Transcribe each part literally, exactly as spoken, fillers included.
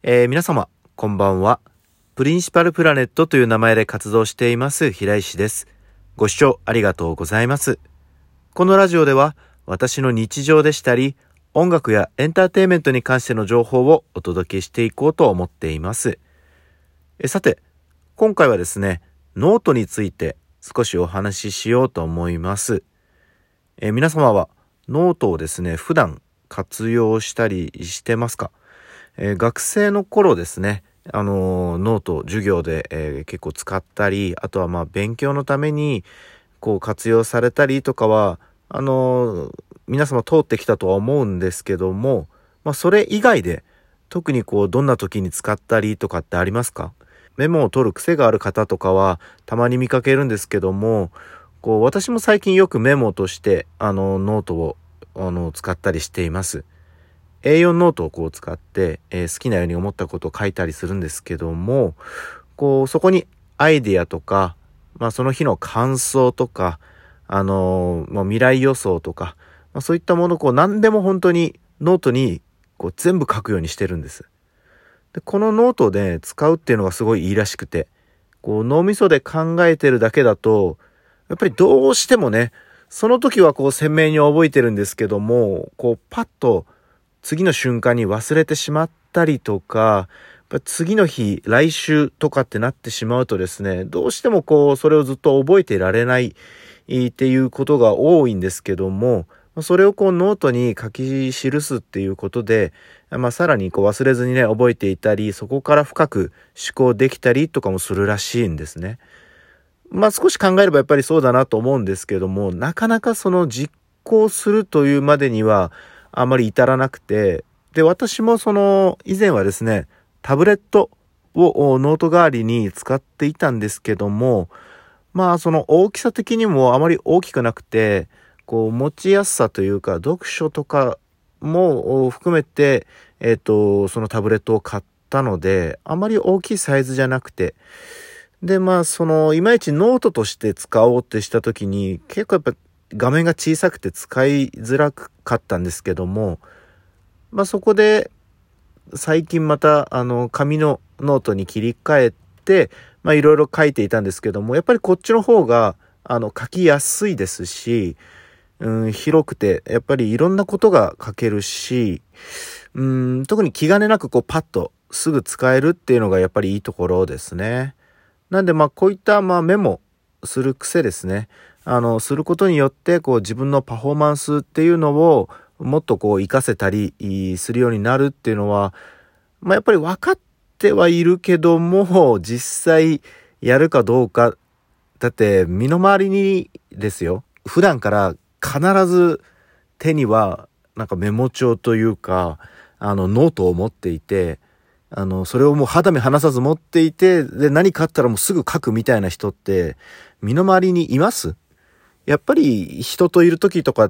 えー皆様、こんばんは。プリンシパルプラネットという名前で活動しています平石です。ご視聴ありがとうございます。このラジオでは私の日常でしたり、音楽やエンターテインメントに関しての情報をお届けしていこうと思っています。えさて、今回はですね、ノートについて少しお話ししようと思います。え皆様はノートをですね、普段活用したりしてますか？えー学生の頃ですね、あのーノート授業で、えー結構使ったり、あとはまあ勉強のためにこう活用されたりとかは、あのー皆様通ってきたとは思うんですけども、まあそれ以外で特にこうどんな時に使ったりとかってありますか？メモを取る癖がある方とかはたまに見かけるんですけども、こう私も最近よくメモとしてあのノートをあの使ったりしています。エーよん ノートをこう使って、えー好きなように思ったことを書いたりするんですけども、こうそこにアイディアとか、まあその日の感想とか、あのーまあ、未来予想とか、まあ、そういったものをこう何でも本当にノートにこう全部書くようにしてるんです。で、このノートで使うっていうのがすごいいいらしくて、こう脳みそで考えてるだけだと、やっぱりどうしてもね、その時はこう鮮明に覚えてるんですけども、こうパッと次の瞬間に忘れてしまったりとか、やっぱ次の日、来週とかってなってしまうとですね、どうしてもこう、それをずっと覚えていられないっていうことが多いんですけども、それをこうノートに書き記すっていうことで、まあさらにこう忘れずにね、覚えていたり、そこから深く思考できたりとかもするらしいんですね。まあ少し考えればやっぱりそうだなと思うんですけども、なかなかその実行するというまでにはあまり至らなくて、で、私もその以前はですね、タブレットをノート代わりに使っていたんですけども、まあその大きさ的にもあまり大きくなくて、こう持ちやすさというか、読書とかも含めて、えっと、そのタブレットを買ったので、あまり大きいサイズじゃなくて、で、まあ、その、いまいちノートとして使おうってしたときに、結構やっぱ画面が小さくて使いづらかったんですけども、まあそこで、最近また、あの、紙のノートに切り替えて、まあいろいろ書いていたんですけども、やっぱりこっちの方が、あの、書きやすいですし、うん、広くて、やっぱりいろんなことが書けるし、うん、特に気兼ねなくこうパッとすぐ使えるっていうのがやっぱりいいところですね。なんでまあこういったまあメモする癖ですね。あの、することによってこう自分のパフォーマンスっていうのをもっとこう活かせたりするようになるっていうのは、まあやっぱり分かってはいるけども、実際やるかどうか、だって身の回りにですよ。普段から必ず手にはなんかメモ帳というか、あのノートを持っていて、あの、それをもう肌身離さず持っていて、で、何かあったらもうすぐ書くみたいな人って、身の回りにいます？やっぱり人といる時とかって、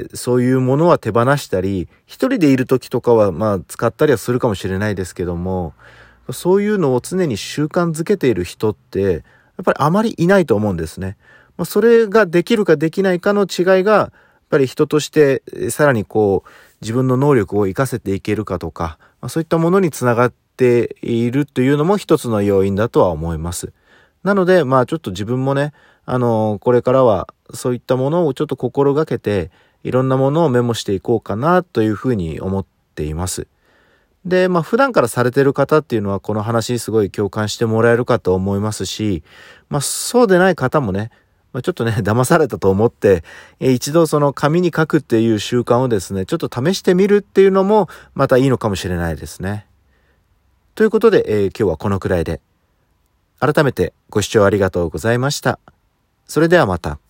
そういうものは手放したり、一人でいる時とかはまあ使ったりはするかもしれないですけども、そういうのを常に習慣づけている人って、やっぱりあまりいないと思うんですね。まあ、それができるかできないかの違いが、やっぱり人としてさらにこう、自分の能力を活かせていけるかとか、まあ、そういったものにつながっているというのも一つの要因だとは思います。なので、まあちょっと自分もね、あの、これからはそういったものをちょっと心がけて、いろんなものをメモしていこうかなというふうに思っています。で、まあ普段からされている方っていうのはこの話にすごい共感してもらえるかと思いますし、まあそうでない方もね、まあ、ちょっとね、騙されたと思って、えー一度その紙に書くっていう習慣をですね、ちょっと試してみるっていうのもまたいいのかもしれないですね。ということで、えー今日はこのくらいで。改めてご視聴ありがとうございました。それではまた。